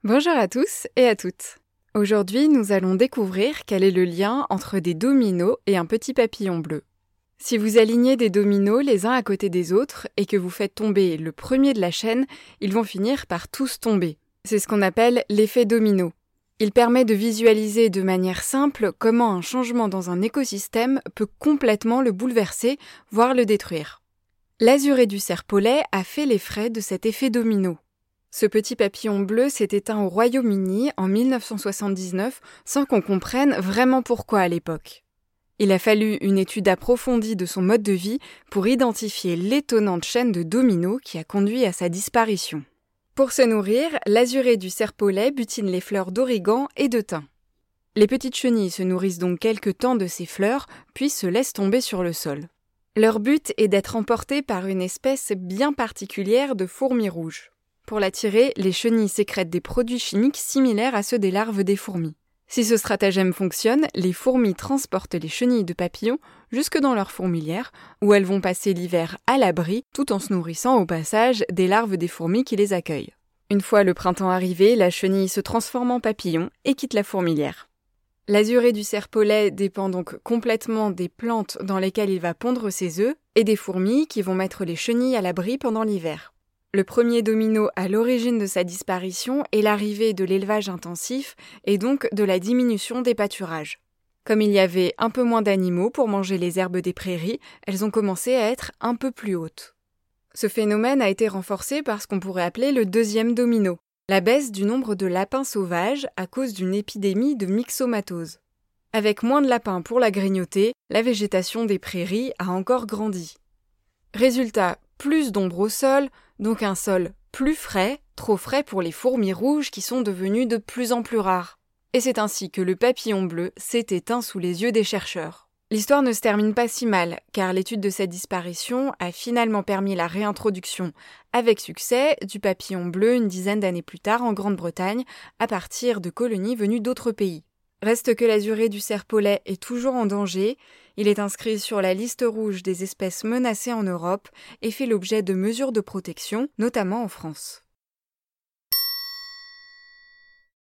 Bonjour à tous et à toutes. Aujourd'hui, nous allons découvrir quel est le lien entre des dominos et un petit papillon bleu. Si vous alignez des dominos les uns à côté des autres et que vous faites tomber le premier de la chaîne, ils vont finir par tous tomber. C'est ce qu'on appelle l'effet domino. Il permet de visualiser de manière simple comment un changement dans un écosystème peut complètement le bouleverser, voire le détruire. L'azuré du serpolet a fait les frais de cet effet domino. Ce petit papillon bleu s'est éteint au Royaume-Uni en 1979 sans qu'on comprenne vraiment pourquoi à l'époque. Il a fallu une étude approfondie de son mode de vie pour identifier l'étonnante chaîne de dominos qui a conduit à sa disparition. Pour se nourrir, l'azuré du serpolet butine les fleurs d'origan et de thym. Les petites chenilles se nourrissent donc quelque temps de ces fleurs, puis se laissent tomber sur le sol. Leur but est d'être emportées par une espèce bien particulière de fourmis rouges. Pour l'attirer, les chenilles sécrètent des produits chimiques similaires à ceux des larves des fourmis. Si ce stratagème fonctionne, les fourmis transportent les chenilles de papillons jusque dans leur fourmilière, où elles vont passer l'hiver à l'abri, tout en se nourrissant au passage des larves des fourmis qui les accueillent. Une fois le printemps arrivé, la chenille se transforme en papillon et quitte la fourmilière. L'azuré du serpolet dépend donc complètement des plantes dans lesquelles il va pondre ses œufs et des fourmis qui vont mettre les chenilles à l'abri pendant l'hiver. Le premier domino à l'origine de sa disparition est l'arrivée de l'élevage intensif et donc de la diminution des pâturages. Comme il y avait un peu moins d'animaux pour manger les herbes des prairies, elles ont commencé à être un peu plus hautes. Ce phénomène a été renforcé par ce qu'on pourrait appeler le deuxième domino, la baisse du nombre de lapins sauvages à cause d'une épidémie de myxomatose. Avec moins de lapins pour la grignoter, la végétation des prairies a encore grandi. Résultat, plus d'ombre au sol, donc un sol plus frais, trop frais pour les fourmis rouges qui sont devenues de plus en plus rares. Et c'est ainsi que le papillon bleu s'est éteint sous les yeux des chercheurs. L'histoire ne se termine pas si mal, car l'étude de sa disparition a finalement permis la réintroduction, avec succès, du papillon bleu une dizaine d'années plus tard en Grande-Bretagne, à partir de colonies venues d'autres pays. Reste que l'azuré du serpolet est toujours en danger, il est inscrit sur la liste rouge des espèces menacées en Europe et fait l'objet de mesures de protection, notamment en France.